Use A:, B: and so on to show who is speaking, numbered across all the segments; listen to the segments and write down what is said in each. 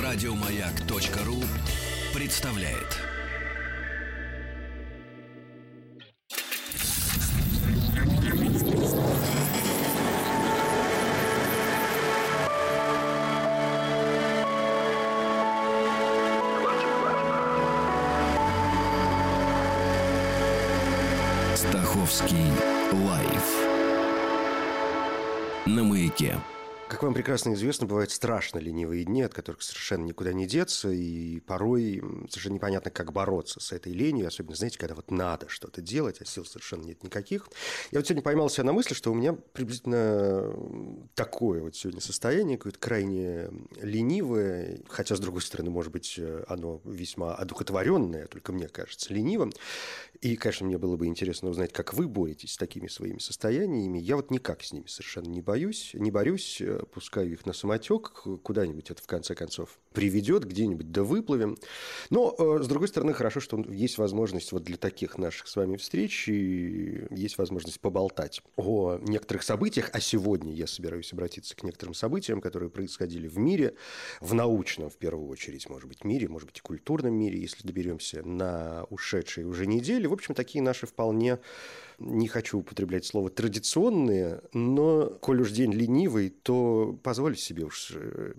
A: Радиомаяк.ру представляет. Стаховский лайф на Маяке.
B: Как вам прекрасно известно, бывают страшно ленивые дни, от которых совершенно никуда не деться, и порой совершенно непонятно, как бороться с этой ленью, особенно, знаете, когда вот надо что-то делать, а сил совершенно нет никаких. Я вот сегодня поймал себя на мысли, что у меня приблизительно такое вот сегодня состояние, какое-то крайне ленивое, хотя, с другой стороны, может быть, оно весьма одухотворенное, только мне кажется, ленивым. И, конечно, мне было бы интересно узнать, как вы боретесь с такими своими состояниями. Я вот никак с ними совершенно не борюсь, пускаю их на самотек, куда-нибудь это в конце концов приведет, где-нибудь да выплывем. Но, с другой стороны, хорошо, что есть возможность вот для таких наших с вами встреч, и есть возможность поболтать о некоторых событиях. А сегодня я собираюсь обратиться к некоторым событиям, которые происходили в мире, в научном, в первую очередь, может быть, мире, может быть, и культурном мире, если доберемся на ушедшие уже недели. В общем, такие наши вполне, не хочу употреблять слово традиционные, но, коль уж день ленивый, то позволю себе уж,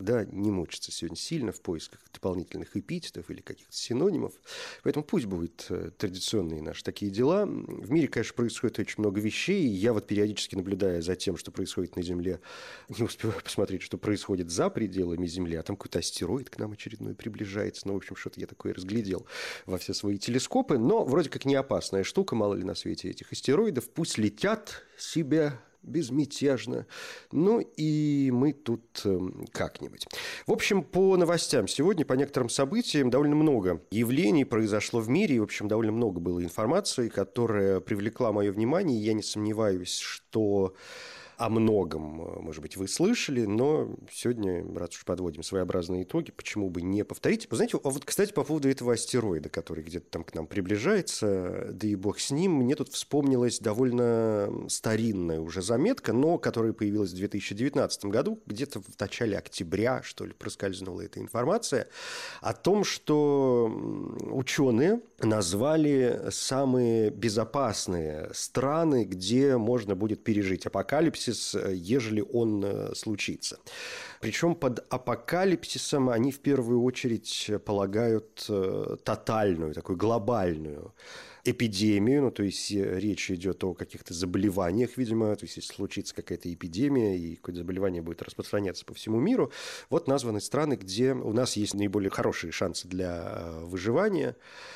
B: не мучиться сегодня сильно в поисках дополнительных эпитетов или каких-то синонимов. Поэтому пусть будут традиционные наши такие дела. В мире, конечно, происходит очень много вещей. Я вот периодически, наблюдая за тем, что происходит на Земле, не успеваю посмотреть, что происходит за пределами Земли, а там какой-то астероид к нам очередной приближается. Ну, в общем, что-то я такое разглядел во все свои телескопы. Но вроде как не опасная штука, мало ли на свете этих астероидов. Пусть летят себе безмятежно. Ну и мы тут как-нибудь. В общем, по новостям сегодня, по некоторым событиям, довольно много явлений произошло в мире. И, в общем, довольно много было информации, которая привлекла мое внимание. И я не сомневаюсь, что о многом, может быть, вы слышали, но сегодня, раз уж подводим своеобразные итоги, почему бы не повторить? Вы знаете, вот, кстати, по поводу этого астероида, который где-то там к нам приближается, да и бог с ним, мне тут вспомнилась довольно старинная уже заметка, но которая появилась в 2019 году, где-то в начале октября, что ли, проскользнула эта информация, о том, что ученые назвали самые безопасные страны, где можно будет пережить апокалипсис, ежели он случится. Причем под апокалипсисом они в первую очередь полагают тотальную, такую глобальную эпидемию, ну, то есть речь идет о каких-то заболеваниях, видимо, то есть если случится какая-то эпидемия и какое-то заболевание будет распространяться по всему миру, вот названы страны, где у нас есть наиболее хорошие шансы для выживания.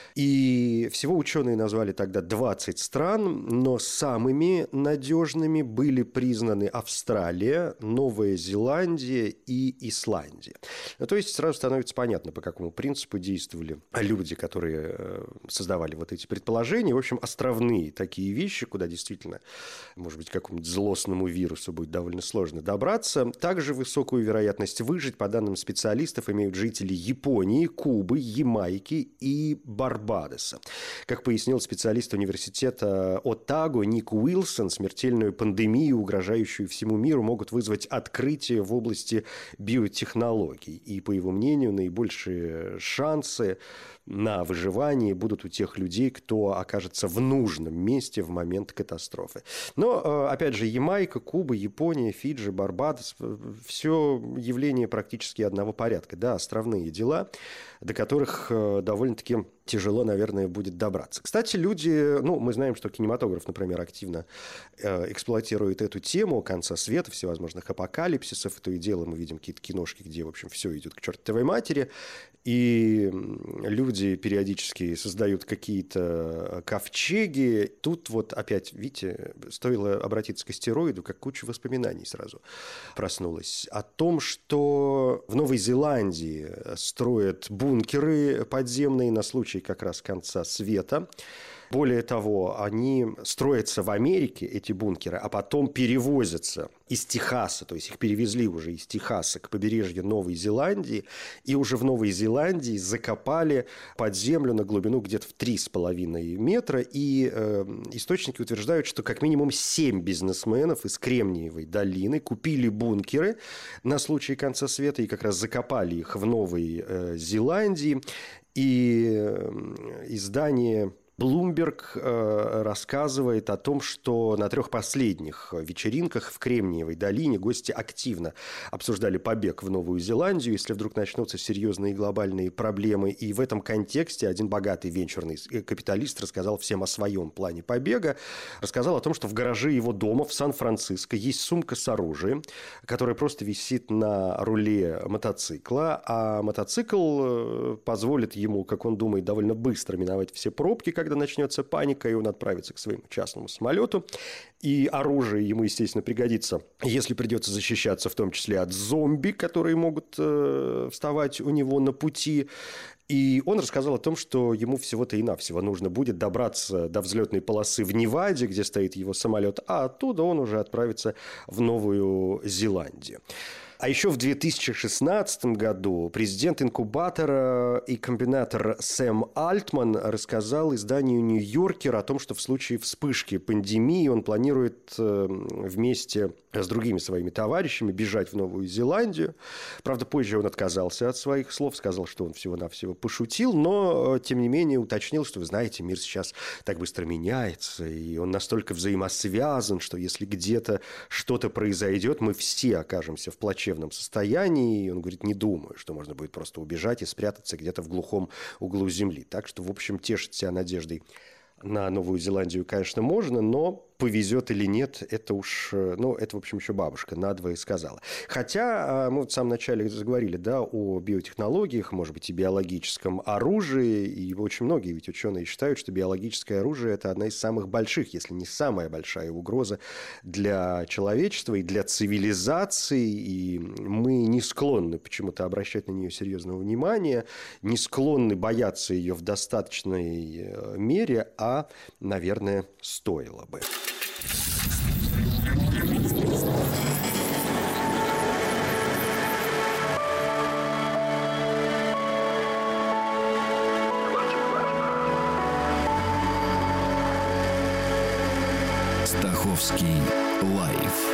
B: И всего ученые назвали тогда 20 стран, но самыми надежными были признаны Австралия, Новая Зеландия и Исландия. Ну, то есть сразу становится понятно, по какому принципу действовали люди, которые создавали вот эти предположения. В общем, островные такие вещи, куда действительно, может быть, какому-нибудь злостному вирусу будет довольно сложно добраться. Также высокую вероятность выжить, по данным специалистов, имеют жители Японии, Кубы, Ямайки и Барбадоса. Как пояснил специалист университета Оттаго Ник Уилсон, смертельную пандемию, угрожающую всему миру, могут вызвать открытия в области биотехнологий. И, по его мнению, наибольшие шансы на выживание будут у тех людей, кто окажется в нужном месте в момент катастрофы. Но, опять же, Ямайка, Куба, Япония, Фиджи, Барбадос – все явления практически одного порядка. Да, островные дела, до которых довольно-таки тяжело, наверное, будет добраться. Кстати, люди, мы знаем, что кинематограф, например, активно эксплуатирует эту тему конца света, всевозможных апокалипсисов. То и дело мы видим какие-то киношки, где, в общем, все идет к чертовой матери. И люди периодически создают какие-то ковчеги. Тут вот опять, видите, стоило обратиться к астероиду, как куча воспоминаний сразу проснулась. О том, что в Новой Зеландии строят бункеры подземные на случай как раз конца света. Более того, они строятся в Америке, эти бункеры, а потом перевозятся из Техаса, то есть их перевезли уже из Техаса к побережью Новой Зеландии, и уже в Новой Зеландии закопали под землю на глубину где-то в 3,5 метра, и источники утверждают, что как минимум 7 бизнесменов из Кремниевой долины купили бункеры на случай конца света и как раз закопали их в Новой Зеландии, и издание Bloomberg рассказывает о том, что на 3 последних вечеринках в Кремниевой долине гости активно обсуждали побег в Новую Зеландию, если вдруг начнутся серьезные глобальные проблемы. И в этом контексте один богатый венчурный капиталист рассказал всем о своем плане побега. Рассказал о том, что в гараже его дома в Сан-Франциско есть сумка с оружием, которая просто висит на руле мотоцикла, а мотоцикл позволит ему, как он думает, довольно быстро миновать все пробки, когда начнется паника, и он отправится к своему частному самолету. И оружие ему, естественно, пригодится, если придется защищаться, в том числе от зомби, которые могут вставать у него на пути. И он рассказал о том, что ему всего-то и навсего нужно будет добраться до взлетной полосы в Неваде, где стоит его самолет, а оттуда он уже отправится в Новую Зеландию. А еще в 2016 году президент инкубатора и комбинатор Сэм Альтман рассказал изданию «Нью-Йоркер» о том, что в случае вспышки пандемии он планирует вместе с другими своими товарищами бежать в Новую Зеландию. Правда, позже он отказался от своих слов, сказал, что он всего-навсего пошутил, но, тем не менее, уточнил, что, вы знаете, мир сейчас так быстро меняется, и он настолько взаимосвязан, что если где-то что-то произойдет, мы все окажемся в плачевном состоянии. И он говорит, не думаю, что можно будет просто убежать и спрятаться где-то в глухом углу земли. Так что, в общем, тешить себя надеждой на Новую Зеландию, конечно, можно, но повезет или нет, это уж, это, в общем, еще бабушка надвое сказала. Хотя мы в самом начале заговорили, о биотехнологиях, может быть, и биологическом оружии, и очень многие ведь ученые считают, что биологическое оружие – это одна из самых больших, если не самая большая угроза для человечества и для цивилизации, и мы не склонны почему-то обращать на нее серьезного внимания, не склонны бояться ее в достаточной мере, а, наверное, стоило бы.
A: Стаховский лайф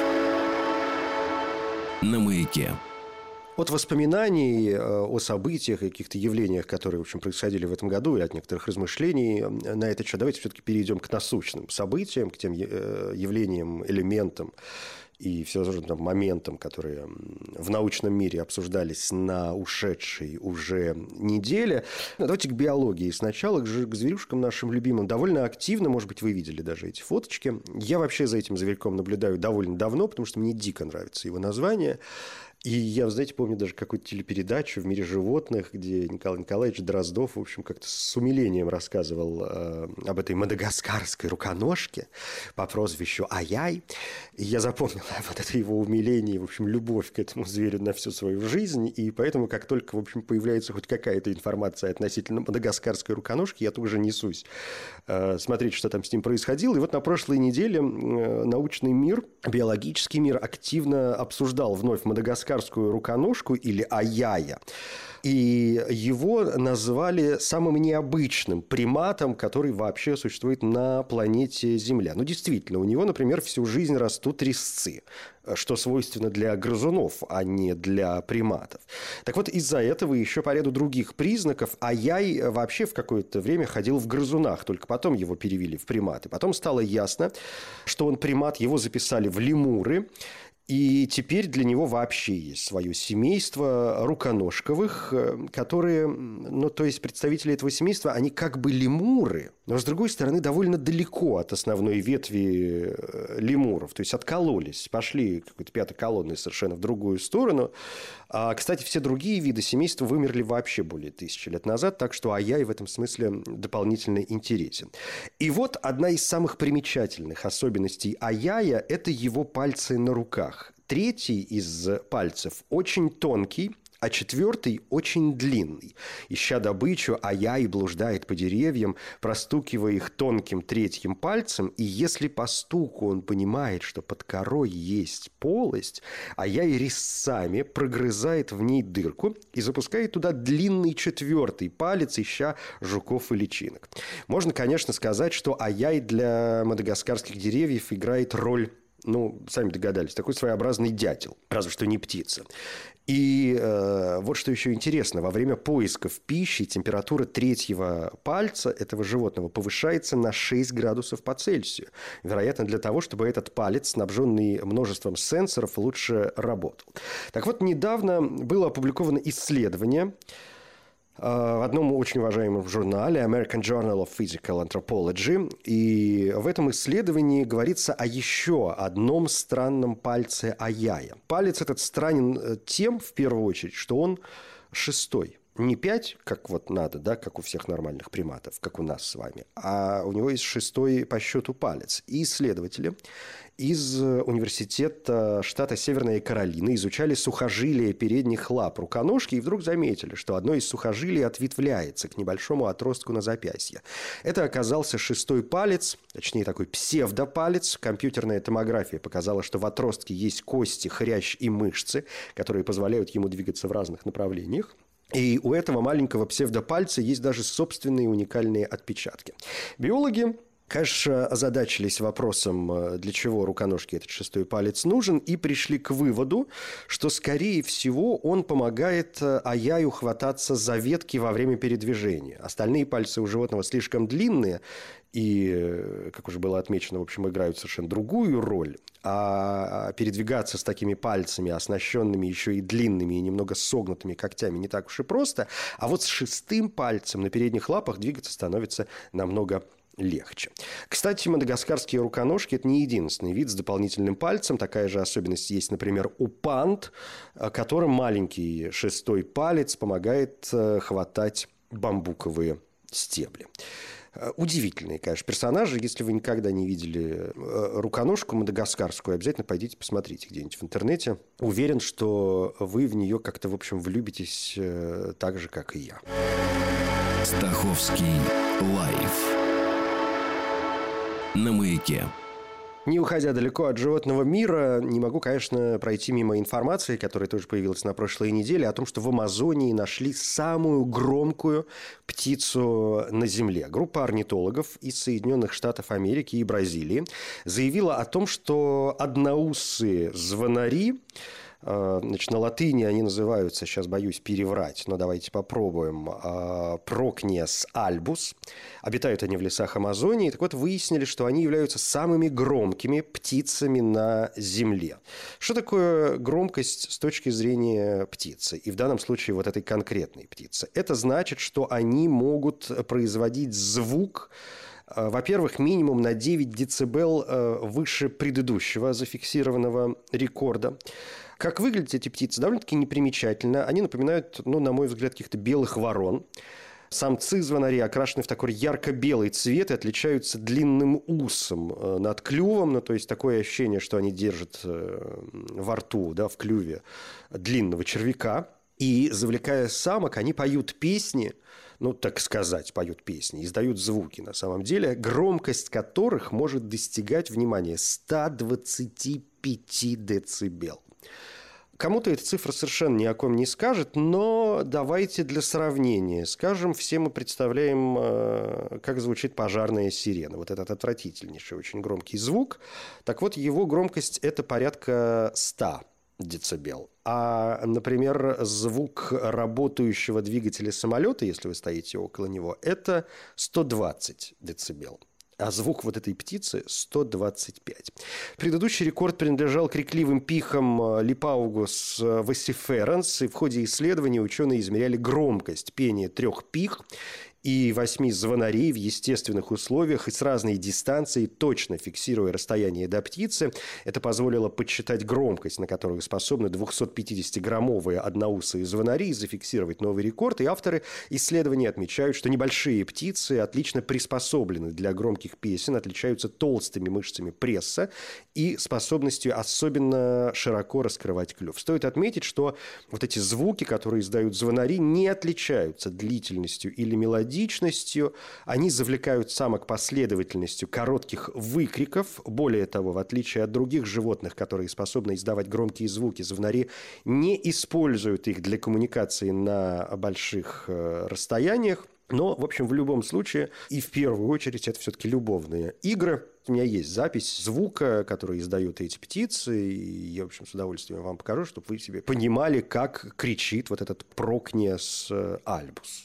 A: на Маяке.
B: От воспоминаний о событиях и каких-то явлениях, которые, в общем, происходили в этом году, и от некоторых размышлений на этот счет, давайте все-таки перейдем к насущным событиям, к тем явлениям, элементам и всевозможным там моментам, которые в научном мире обсуждались на ушедшей уже неделе. Давайте к биологии сначала, к зверюшкам нашим любимым. Довольно активно, может быть, вы видели даже эти фоточки. Я вообще за этим зверьком наблюдаю довольно давно, потому что мне дико нравится его название. И я, знаете, помню даже какую-то телепередачу «В мире животных», где Николай Николаевич Дроздов, в общем, как-то с умилением рассказывал об этой мадагаскарской руконожке по прозвищу Ай-Яй. И я запомнил вот это его умиление, в общем, любовь к этому зверю на всю свою жизнь. И поэтому, как только, в общем, появляется хоть какая-то информация относительно мадагаскарской руконожки, я тут же несусь смотреть, что там с ним происходило. И вот на прошлой неделе научный мир, биологический мир активно обсуждал вновь мадагаскарскую руконожку или аяя. И его назвали самым необычным приматом, который вообще существует на планете Земля. Ну, действительно, у него, например, всю жизнь растут резцы, что свойственно для грызунов, а не для приматов. Так вот, из-за этого и еще по ряду других признаков аяй вообще в какое-то время ходил в грызунах, только потом его перевели в приматы. Потом стало ясно, что он примат, его записали в лемуры. И теперь для него вообще есть свое семейство руконожковых, которые, то есть представители этого семейства, они как бы лемуры, но, с другой стороны, довольно далеко от основной ветви лемуров. То есть откололись, пошли какой-то пятой колонной совершенно в другую сторону. А, кстати, все другие виды семейства вымерли вообще более 1000 лет назад, так что аяй в этом смысле дополнительно интересен. И вот одна из самых примечательных особенностей аяя – это его пальцы на руках. Третий из пальцев очень тонкий, а 4 очень длинный. Ища добычу, ай-яй блуждает по деревьям, простукивая их тонким 3 пальцем, и если по стуку он понимает, что под корой есть полость, ай-яй резцами прогрызает в ней дырку и запускает туда длинный 4 палец, ища жуков и личинок. Можно, конечно, сказать, что ай-яй для мадагаскарских деревьев играет роль, сами догадались, такой своеобразный дятел, разве что не птица. И вот что еще интересно. Во время поисков пищи температура 3 пальца этого животного повышается на 6 градусов по Цельсию. Вероятно, для того, чтобы этот палец, снабженный множеством сенсоров, лучше работал. Так вот, недавно было опубликовано исследование в одном очень уважаемом журнале American Journal of Physical Anthropology. И в этом исследовании говорится о еще одном странном пальце ай-яя. Палец этот странен тем, в первую очередь, что он 6. Не 5, как вот надо, да, как у всех нормальных приматов, как у нас с вами, а у него есть 6 по счету палец. И исследователи из университета штата Северная Каролина изучали сухожилия передних лап руконожки и вдруг заметили, что одно из сухожилий ответвляется к небольшому отростку на запястье. Это оказался 6 палец, точнее такой псевдопалец. Компьютерная томография показала, что в отростке есть кости, хрящ и мышцы, которые позволяют ему двигаться в разных направлениях. И у этого маленького псевдопальца есть даже собственные уникальные отпечатки. Биологи, конечно, озадачились вопросом, для чего руконожке этот 6 палец нужен, и пришли к выводу, что, скорее всего, он помогает ай-яю хвататься за ветки во время передвижения. Остальные пальцы у животного слишком длинные и, как уже было отмечено, в общем, играют совершенно другую роль. А передвигаться с такими пальцами, оснащенными еще и длинными и немного согнутыми когтями, не так уж и просто. А вот с 6 пальцем на передних лапах двигаться становится намного легче. Кстати, мадагаскарские руконожки – это не единственный вид с дополнительным пальцем. Такая же особенность есть, например, у панд, которым маленький 6 палец помогает хватать бамбуковые стебли. Удивительные, конечно, персонажи. Если вы никогда не видели руконожку мадагаскарскую, обязательно пойдите посмотрите где-нибудь в интернете. Уверен, что вы в нее как-то, в общем, влюбитесь так же, как и я.
A: Стаховский лайф на Маяке.
B: Не уходя далеко от животного мира, не могу, конечно, пройти мимо информации, которая тоже появилась на прошлой неделе, о том, что в Амазонии нашли самую громкую птицу на Земле. Группа орнитологов из Соединенных Штатов Америки и Бразилии заявила о том, что одноусые звонари, значит, на латыни они называются, сейчас боюсь переврать, но давайте попробуем, Procnius albus. Обитают они в лесах Амазонии. Так вот, выяснили, что они являются самыми громкими птицами на Земле. Что такое громкость с точки зрения птицы? И в данном случае вот этой конкретной птицы. Это значит, что они могут производить звук, во-первых, минимум на 9 децибел выше предыдущего зафиксированного рекорда. Как выглядят эти птицы? Довольно-таки непримечательно. Они напоминают, на мой взгляд, каких-то белых ворон. Самцы звонари окрашены в такой ярко-белый цвет и отличаются длинным усом над клювом. То есть такое ощущение, что они держат во рту, в клюве длинного червяка. И, завлекая самок, они поют песни, так сказать, поют песни, издают звуки на самом деле, громкость которых может достигать, внимание, 125 децибел. Кому-то эта цифра совершенно ни о ком не скажет, но давайте для сравнения скажем, все мы представляем, как звучит пожарная сирена. Вот этот отвратительнейший, очень громкий звук. Так вот, его громкость – это порядка 100 децибел. А, например, звук работающего двигателя самолета, если вы стоите около него, это 120 децибел. А звук вот этой птицы 125. Предыдущий рекорд принадлежал крикливым пихам Липаугус vociferans. И в ходе исследования ученые измеряли громкость пения 3 пих и 8 звонарей в естественных условиях и с разной дистанции, точно фиксируя расстояние до птицы. Это позволило подсчитать громкость, на которую способны 250-граммовые одноусые звонари, и зафиксировать новый рекорд. И авторы исследований отмечают, что небольшие птицы отлично приспособлены для громких песен, отличаются толстыми мышцами пресса и способностью особенно широко раскрывать клюв. Стоит отметить, что вот эти звуки, которые издают звонари, не отличаются длительностью или мелодичностью. Они завлекают самок последовательностью коротких выкриков. Более того, в отличие от других животных, которые способны издавать громкие звуки, звонари не используют их для коммуникации на больших расстояниях. Но, в общем, в любом случае, и в первую очередь, это все-таки любовные игры. У меня есть запись звука, который издают эти птицы, и я, в общем, с удовольствием вам покажу, чтобы вы себе понимали, как кричит вот этот Прокнес альбус.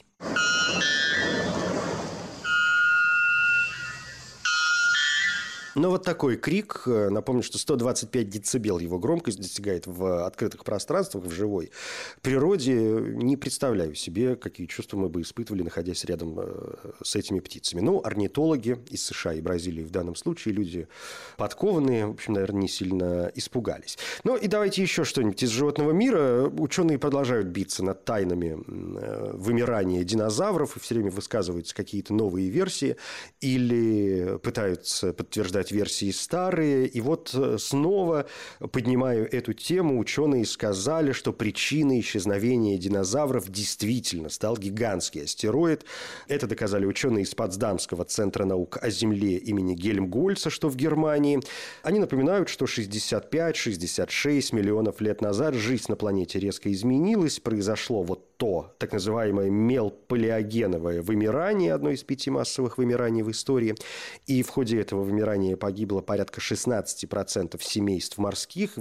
B: Но вот такой крик, напомню, что 125 децибел его громкость достигает в открытых пространствах, в живой природе. Не представляю себе, какие чувства мы бы испытывали, находясь рядом с этими птицами. Ну, орнитологи из США и Бразилии в данном случае, люди подкованные, в общем, наверное, не сильно испугались. Ну, и давайте еще что-нибудь из животного мира. Ученые продолжают биться над тайнами вымирания динозавров и все время высказываются какие-то новые версии или пытаются подтверждать версии старые. И вот снова, поднимаю эту тему, ученые сказали, что причиной исчезновения динозавров действительно стал гигантский астероид. Это доказали ученые из Потсдамского центра наук о Земле имени Гельмгольца, что в Германии. Они напоминают, что 65-66 миллионов лет назад жизнь на планете резко изменилась. Произошло вот то, так называемое мелпалеогеновое вымирание, одно из 5 массовых вымираний в истории. И в ходе этого вымирания погибло порядка 16% семейств морских,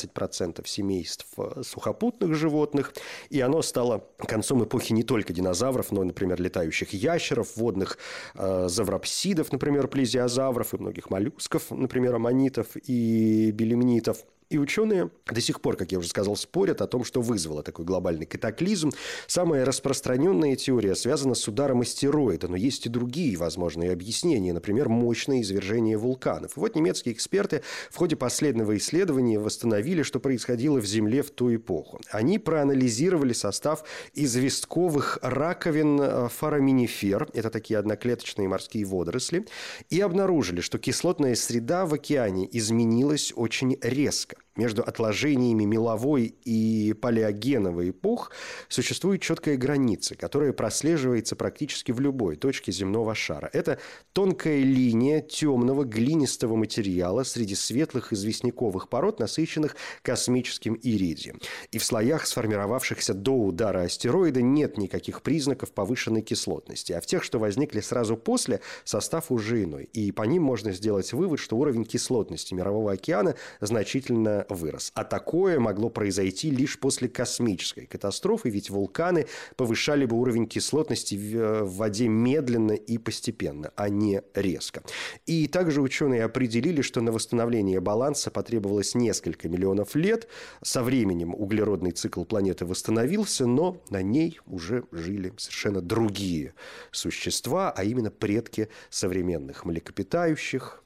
B: 18% семейств сухопутных животных. И оно стало концом эпохи не только динозавров, но, например, летающих ящеров, водных завропсидов, например, плезиозавров и многих моллюсков, например, аммонитов и белемнитов. И ученые до сих пор, как я уже сказал, спорят о том, что вызвало такой глобальный катаклизм. Самая распространенная теория связана с ударом астероида, но есть и другие возможные объяснения, например, мощное извержение вулканов. И вот немецкие эксперты в ходе последнего исследования восстановили, что происходило в Земле в ту эпоху. Они проанализировали состав известковых раковин фораминифер, это такие одноклеточные морские водоросли, и обнаружили, что кислотная среда в океане изменилась очень резко. Между отложениями меловой и палеогеновой эпох существует четкая граница, которая прослеживается практически в любой точке земного шара. Это тонкая линия темного глинистого материала среди светлых известняковых пород, насыщенных космическим иридием. И в слоях, сформировавшихся до удара астероида, нет никаких признаков повышенной кислотности. А в тех, что возникли сразу после, состав уже иной. И по ним можно сделать вывод, что уровень кислотности Мирового океана значительно вырос. А такое могло произойти лишь после космической катастрофы, ведь вулканы повышали бы уровень кислотности в воде медленно и постепенно, а не резко. И также ученые определили, что на восстановление баланса потребовалось несколько миллионов лет. Со временем углеродный цикл планеты восстановился, но на ней уже жили совершенно другие существа, а именно предки современных млекопитающих.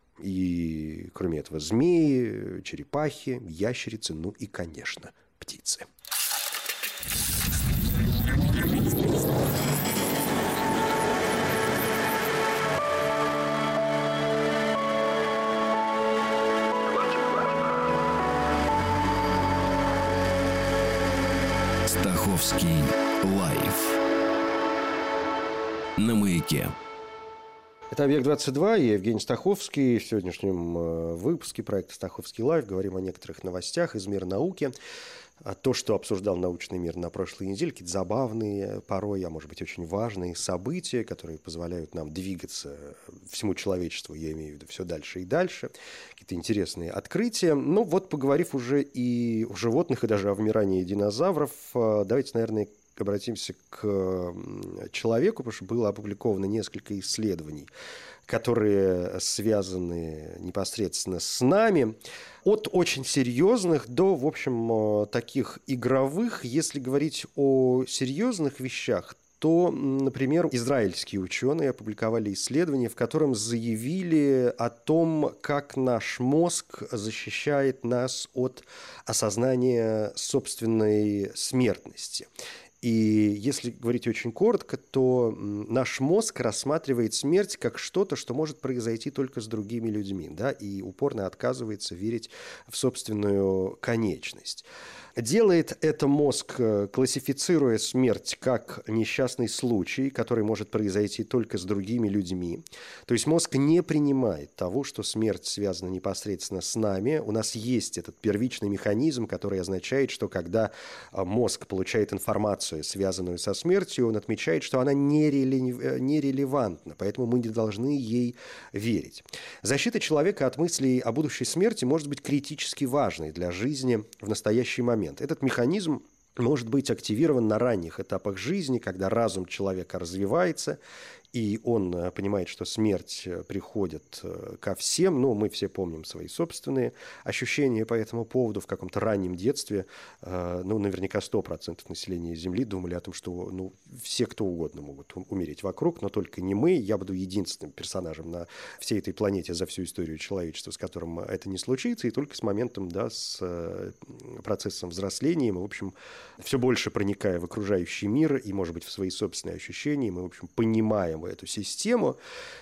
B: И, кроме этого, змеи, черепахи, ящерицы, ну и, конечно, птицы.
A: Стаховский лайф на Маяке.
B: Это «Объект-22», я Евгений Стаховский. В сегодняшнем выпуске проекта «Стаховский лайф» говорим о некоторых новостях из мира науки. То, что обсуждал научный мир на прошлой неделе, какие-то забавные, порой, а может быть, очень важные события, которые позволяют нам двигаться всему человечеству, я имею в виду, все дальше и дальше. Какие-то интересные открытия. Ну, вот, поговорив уже и о животных, и даже о вымирании динозавров, давайте, наверное, обратимся к человеку, потому что было опубликовано несколько исследований, которые связаны непосредственно с нами. От очень серьезных до, в общем, таких игровых. Если говорить о серьезных вещах, то, например, израильские ученые опубликовали исследование, в котором заявили о том, как наш мозг защищает нас от осознания собственной смертности. И если говорить очень коротко, то наш мозг рассматривает смерть как что-то, что может произойти только с другими людьми, да, и упорно отказывается верить в собственную конечность. Делает это мозг, классифицируя смерть как несчастный случай, который может произойти только с другими людьми. То есть мозг не принимает того, что смерть связана непосредственно с нами. У нас есть этот первичный механизм, который означает, что когда мозг получает информацию, связанную со смертью, он отмечает, что она нерелевантна, поэтому мы не должны ей верить. Защита человека от мыслей о будущей смерти может быть критически важной для жизни в настоящий момент. Этот механизм может быть активирован на ранних этапах жизни, когда разум человека развивается, и он понимает, что смерть приходит ко всем. Ну, мы все помним свои собственные ощущения по этому поводу. В каком-то раннем детстве, наверняка 100% населения Земли думали о том, что все, кто угодно могут умереть вокруг, но только не мы. Я буду единственным персонажем на всей этой планете за всю историю человечества, с которым это не случится. И только с моментом, с процессом взросления мы, в общем, все больше проникая в окружающий мир и, может быть, в свои собственные ощущения, мы, в общем, понимаем эту систему.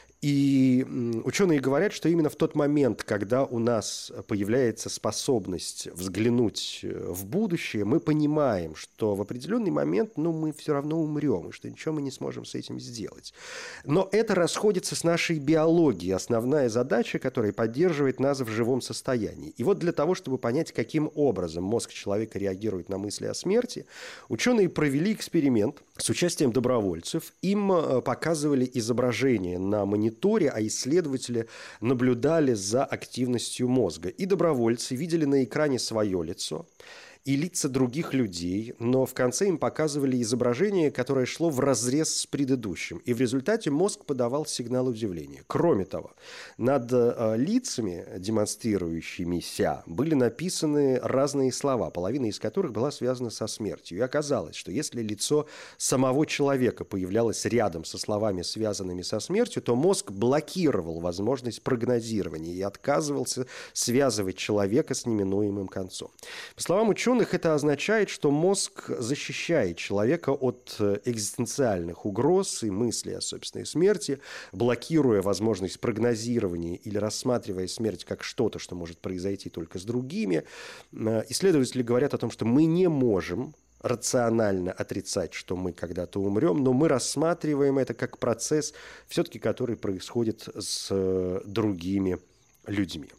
B: И ученые говорят, что именно в тот момент, когда у нас появляется способность взглянуть в будущее, мы понимаем, что в определенный момент мы все равно умрем, и что ничего мы не сможем с этим сделать. Но это расходится с нашей биологией, основная задача, которая поддерживает нас в живом состоянии. И вот для того, чтобы понять, каким образом мозг человека реагирует на мысли о смерти, ученые провели эксперимент с участием добровольцев. Им показывали изображение на мониторе, а исследователи наблюдали за активностью мозга. И добровольцы видели на экране свое лицо и лица других людей, но в конце им показывали изображение, которое шло вразрез с предыдущим. И в результате мозг подавал сигнал удивления. Кроме того, над лицами, демонстрирующимися, были написаны разные слова, половина из которых была связана со смертью. И оказалось, что если лицо самого человека появлялось рядом со словами, связанными со смертью, то мозг блокировал возможность прогнозирования и отказывался связывать человека с неминуемым концом. По словам ученых, это означает, что мозг защищает человека от экзистенциальных угроз и мыслей о собственной смерти, блокируя возможность прогнозирования или рассматривая смерть как что-то, что может произойти только с другими. Исследователи говорят о том, что мы не можем рационально отрицать, что мы когда-то умрем, но мы рассматриваем это как процесс, все-таки который происходит с другими людьми.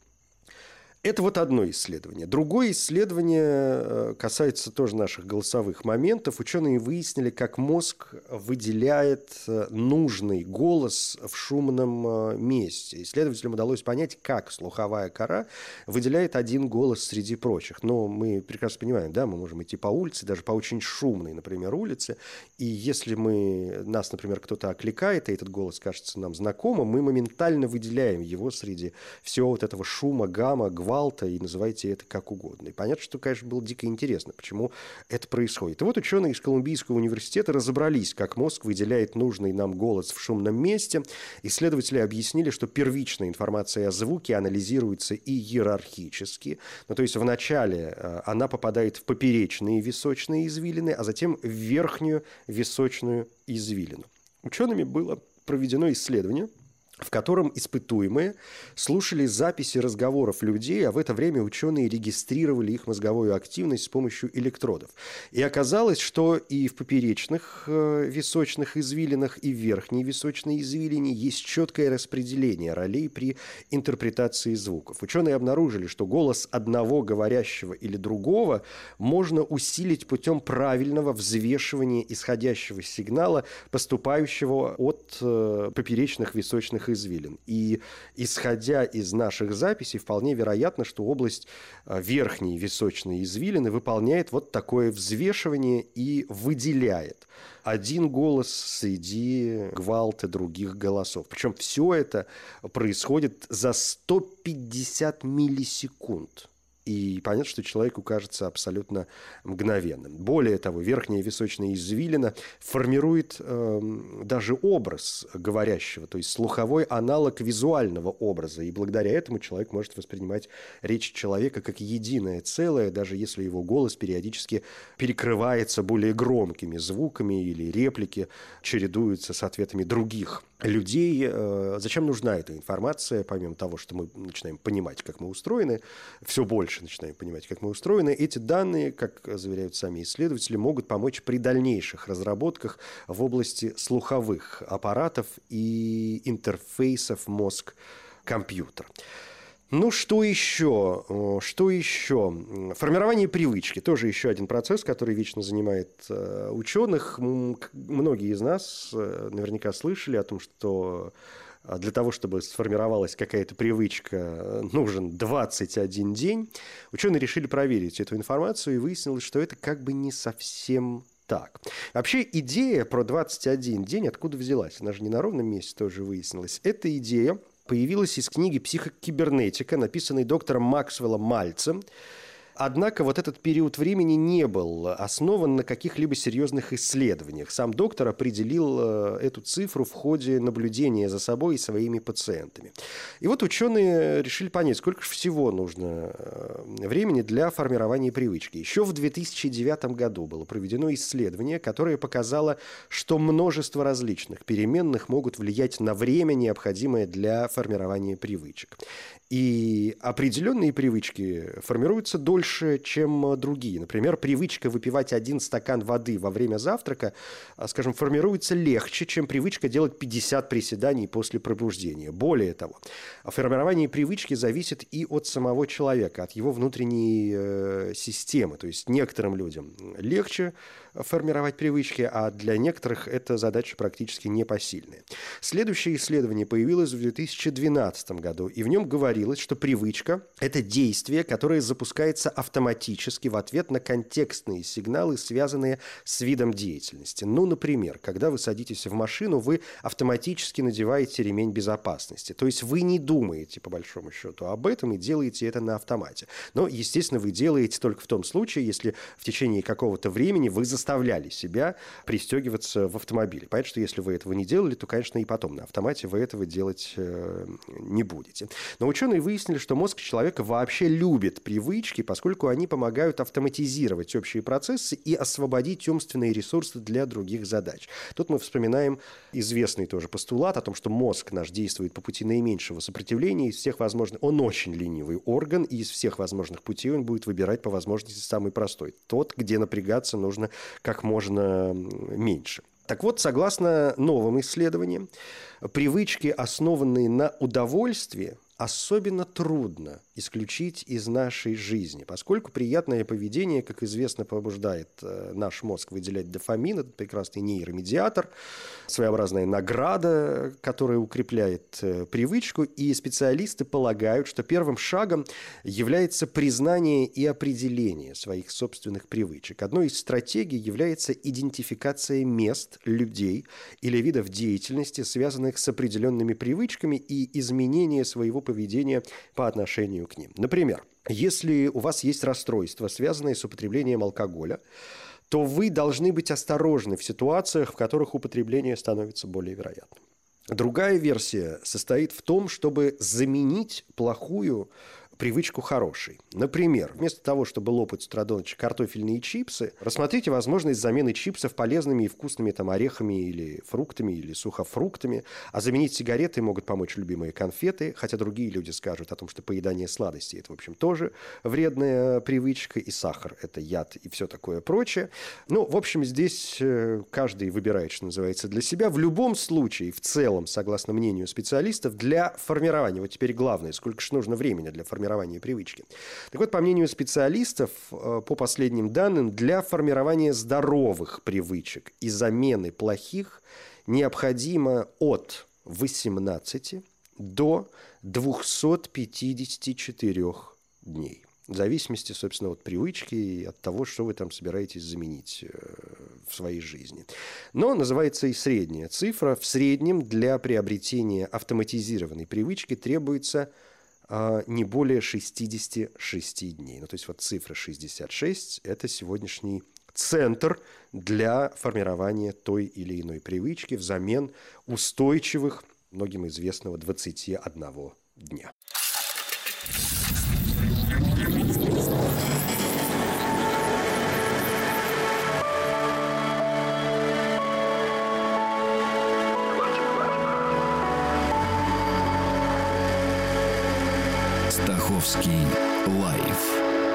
B: Это вот одно исследование. Другое исследование касается тоже наших голосовых моментов. Ученые выяснили, как мозг выделяет нужный голос в шумном месте. Исследователям удалось понять, как слуховая кора выделяет один голос среди прочих. Но мы прекрасно понимаем, мы можем идти по улице, даже по очень шумной, например, улице, и если нас, например, кто-то окликает, и этот голос кажется нам знакомым, мы моментально выделяем его среди всего вот этого шума, гамма, гвалта, и называйте это как угодно. И понятно, что, конечно, было дико интересно, почему это происходит. И вот ученые из Колумбийского университета разобрались, как мозг выделяет нужный нам голос в шумном месте. Исследователи объяснили, что первичная информация о звуке анализируется и иерархически. То есть вначале она попадает в поперечные височные извилины, а затем в верхнюю височную извилину. Учеными было проведено исследование, в котором испытуемые слушали записи разговоров людей, а в это время ученые регистрировали их мозговую активность с помощью электродов. И оказалось, что и в поперечных височных извилинах, и в верхней височной извилине есть четкое распределение ролей при интерпретации звуков. Ученые обнаружили, что голос одного говорящего или другого можно усилить путем правильного взвешивания исходящего сигнала, поступающего от поперечных височных извилин. И исходя из наших записей, вполне вероятно, что область верхней височной извилины выполняет вот такое взвешивание и выделяет один голос среди гвалта других голосов. Причем все это происходит за 150 миллисекунд. и понятно, что человеку кажется абсолютно мгновенным. Более того, верхняя височная извилина формирует даже образ говорящего, то есть слуховой аналог визуального образа, и благодаря этому человек может воспринимать речь человека как единое целое, даже если его голос периодически перекрывается более громкими звуками или реплики чередуются с ответами других людей. Зачем нужна эта информация, помимо того, что мы начинаем понимать, как мы устроены, все больше начинаем понимать, как мы устроены, эти данные, как заверяют сами исследователи, могут помочь при дальнейших разработках в области слуховых аппаратов и интерфейсов мозг-компьютер. Ну, что еще? Формирование привычки. Тоже еще один процесс, который вечно занимает ученых. Многие из нас наверняка слышали о том, что для того, чтобы сформировалась какая-то привычка, нужен 21 день. Ученые решили проверить эту информацию, и выяснилось, что это как бы не совсем так. Вообще идея про 21 день откуда взялась? Она же не на ровном месте тоже выяснилась. Эта идея появилась из книги «Психокибернетика», написанной доктором Максвеллом Мальцем. Однако вот этот период времени не был основан на каких-либо серьезных исследованиях. Сам доктор определил эту цифру в ходе наблюдения за собой и своими пациентами. И вот ученые решили понять, сколько же всего нужно времени для формирования привычки. Еще в 2009 году было проведено исследование, которое показало, что множество различных переменных могут влиять на время, необходимое для формирования привычек. И определенные привычки формируются дольше, чем другие. Например, привычка выпивать 1 стакан воды во время завтрака, скажем, формируется легче, чем привычка делать 50 приседаний после пробуждения. Более того, формирование привычки зависит и от самого человека, от его внутренней системы. То есть некоторым людям легче формировать привычки, а для некоторых эта задача практически непосильная. Следующее исследование появилось в 2012 году, и в нем говорилось, что привычка – это действие, которое запускается автоматически в ответ на контекстные сигналы, связанные с видом деятельности. Ну, например, когда вы садитесь в машину, вы автоматически надеваете ремень безопасности. То есть вы не думаете, по большому счету, об этом и делаете это на автомате. Но, естественно, вы делаете только в том случае, если в течение какого-то времени вы заставляли себя пристегиваться в автомобиле. Понятно, что если вы этого не делали, то, конечно, и потом на автомате вы этого делать не будете. Но ученые выяснили, что мозг человека вообще любит привычки, поскольку они помогают автоматизировать общие процессы и освободить умственные ресурсы для других задач. Тут мы вспоминаем известный тоже постулат о том, что мозг наш действует по пути наименьшего сопротивления из всех возможных. Он очень ленивый орган, и из всех возможных путей он будет выбирать по возможности самый простой. Тот, где напрягаться нужно как можно меньше. Так вот, согласно новым исследованиям, привычки, основанные на удовольствии, особенно трудно исключить из нашей жизни, поскольку приятное поведение, как известно, побуждает наш мозг выделять дофамин, это прекрасный нейромедиатор, своеобразная награда, которая укрепляет привычку, и специалисты полагают, что первым шагом является признание и определение своих собственных привычек. Одной из стратегий является идентификация мест, людей или видов деятельности, связанных с определенными привычками, и изменение своего поведения по отношению к ним. Например, если у вас есть расстройство, связанное с употреблением алкоголя, то вы должны быть осторожны в ситуациях, в которых употребление становится более вероятным. Другая версия состоит в том, чтобы заменить плохую привычку хорошей. Например, вместо того, чтобы лопать с утра до ночи картофельные чипсы, рассмотрите возможность замены чипсов полезными и вкусными орехами или фруктами, или сухофруктами, а заменить сигареты могут помочь любимые конфеты, хотя другие люди скажут о том, что поедание сладостей – это, в общем, тоже вредная привычка, и сахар – это яд, и все такое прочее. Ну, в общем, здесь каждый выбирает, что называется, для себя. В любом случае, в целом, согласно мнению специалистов, для формирования, вот теперь главное, сколько же нужно времени для формирования привычки. Так вот, по мнению специалистов, по последним данным, для формирования здоровых привычек и замены плохих необходимо от 18 до 254 дней. В зависимости, собственно, от привычки и от того, что вы там собираетесь заменить в своей жизни. Но называется и средняя цифра. В среднем для приобретения автоматизированной привычки требуется не более 66 дней. Ну, то есть вот цифра 66 – это сегодняшний центр для формирования той или иной привычки взамен устойчивых, многим известного 21 дня.
A: Стаховский лайф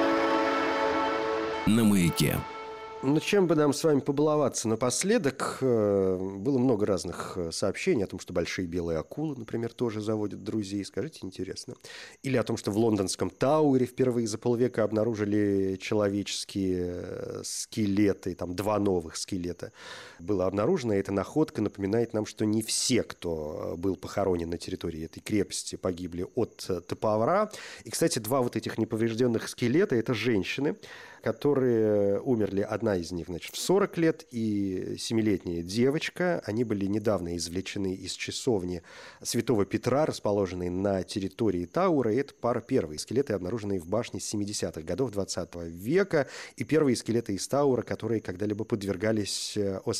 A: на Маяке.
B: Ну, чем бы нам с вами побаловаться напоследок? Было много разных сообщений о том, что большие белые акулы, например, тоже заводят друзей. Скажите, интересно. Или о том, что в лондонском Тауэре впервые за полвека обнаружили человеческие скелеты, там 2 новых скелета было обнаружено. И эта находка напоминает нам, что не все, кто был похоронен на территории этой крепости, погибли от топора. И, кстати, 2 вот этих неповрежденных скелета – это женщины, которые умерли, одна из них, значит, в 40 лет, и 7-летняя девочка. Они были недавно извлечены из часовни Святого Петра, расположенной на территории Тауэра. И это пара первые скелеты, обнаруженные в башне 70-х годов 20 века, и первые скелеты из Тауэра, которые когда-либо подвергались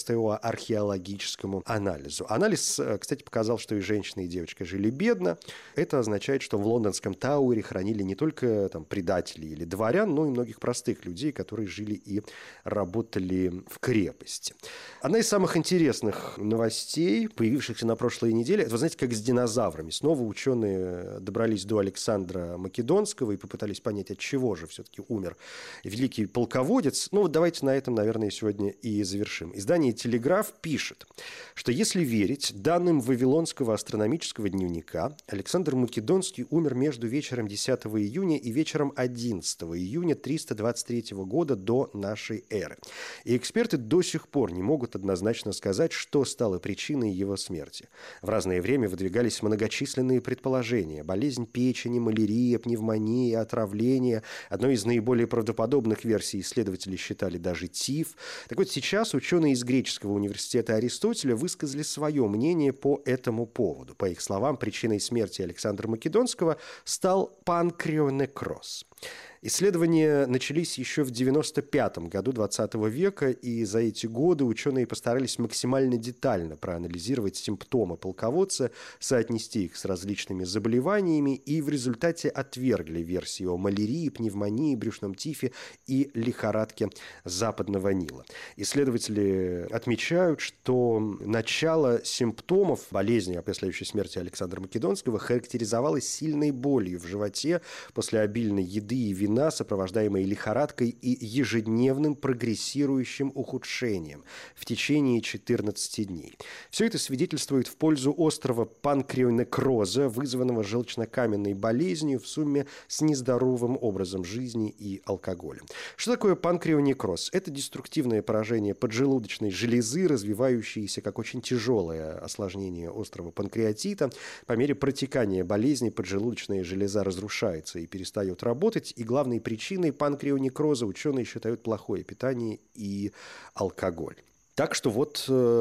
B: остеоархеологическому анализу. Анализ, кстати, показал, что и женщина, и девочка жили бедно. Это означает, что в лондонском Тауэре хранили не только там предателей или дворян, но и многих простых людей, которые жили и работали в крепости. Одна из самых интересных новостей, появившихся на прошлой неделе, это, вы знаете, как с динозаврами. Снова ученые добрались до Александра Македонского и попытались понять, от чего же все-таки умер великий полководец. Ну, вот давайте на этом, наверное, сегодня и завершим. Издание «Телеграф» пишет, что если верить данным Вавилонского астрономического дневника, Александр Македонский умер между вечером 10 июня и вечером 11 июня 323 года до нашей эры. И эксперты до сих пор не могут однозначно сказать, что стало причиной его смерти. В разное время выдвигались многочисленные предположения. Болезнь печени, малярия, пневмония, отравление. Одной из наиболее правдоподобных версий исследователи считали даже тиф. Так вот, сейчас ученые из греческого университета Аристотеля высказали свое мнение по этому поводу. По их словам, причиной смерти Александра Македонского стал панкреонекроз. Исследования начались еще в 1995 году 20 века, и за эти годы ученые постарались максимально детально проанализировать симптомы полководца, соотнести их с различными заболеваниями, и в результате отвергли версии о малярии, пневмонии, брюшном тифе и лихорадке Западного Нила. Исследователи отмечают, что начало симптомов болезни, определяющей смерти Александра Македонского, характеризовалось сильной болью в животе после обильной еды и вина, сопровождаемой лихорадкой и ежедневным прогрессирующим ухудшением в течение 14 дней. Все это свидетельствует в пользу острого панкреонекроза, вызванного желчнокаменной болезнью в сумме с нездоровым образом жизни и алкоголем. Что такое панкреонекроз? Это деструктивное поражение поджелудочной железы, развивающееся как очень тяжелое осложнение острого панкреатита. По мере протекания болезни поджелудочная железа разрушается и перестает работать, и главной причиной панкреонекроза ученые считают плохое питание и алкоголь. Так что вот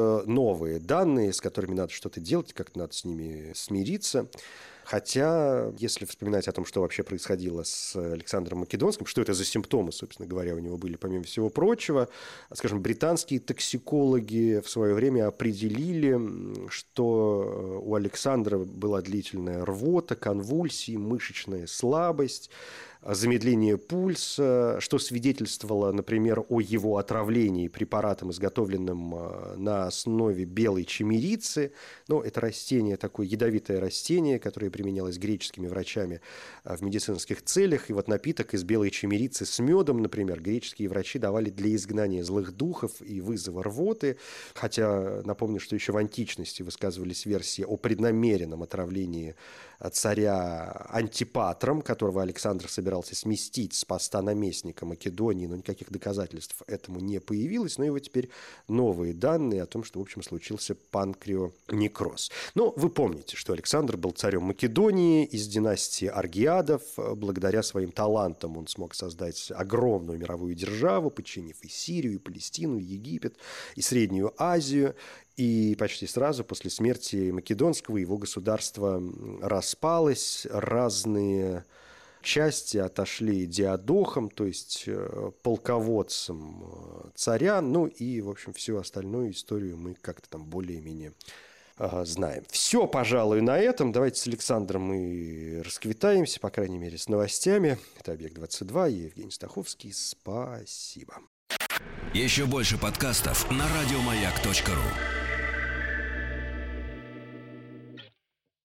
B: новые данные, с которыми надо что-то делать, как-то надо с ними смириться. Хотя, если вспоминать о том, что вообще происходило с Александром Македонским, что это за симптомы, собственно говоря, у него были, помимо всего прочего, скажем, британские токсикологи в свое время определили, что у Александра была длительная рвота, конвульсии, мышечная слабость, замедление пульса, что свидетельствовало, например, о его отравлении препаратом, изготовленным на основе белой чимерицы. Ну, это растение, такое ядовитое растение, которое применялось греческими врачами в медицинских целях. И вот напиток из белой чимерицы с медом, например, греческие врачи давали для изгнания злых духов и вызова рвоты. Хотя, напомню, что еще в античности высказывались версии о преднамеренном отравлении царя Антипатром, которого Александр собирался собирался сместить с поста наместника Македонии, но никаких доказательств этому не появилось. Но и вот теперь новые данные о том, что, в общем, случился панкреонекроз. Но вы помните, что Александр был царем Македонии из династии Аргиадов. Благодаря своим талантам он смог создать огромную мировую державу, подчинив и Сирию, и Палестину, и Египет, и Среднюю Азию. И почти сразу после смерти Македонского его государство распалось, разные части отошли диадохам, то есть полководцам царя, ну и, в общем, всю остальную историю мы как-то там более-менее знаем. Все, пожалуй, на этом. Давайте с Александром мы расквитаемся, по крайней мере, с новостями. Это «Объект-22», я Евгений Стаховский. Спасибо.
A: Еще больше подкастов на радиомаяк.ру.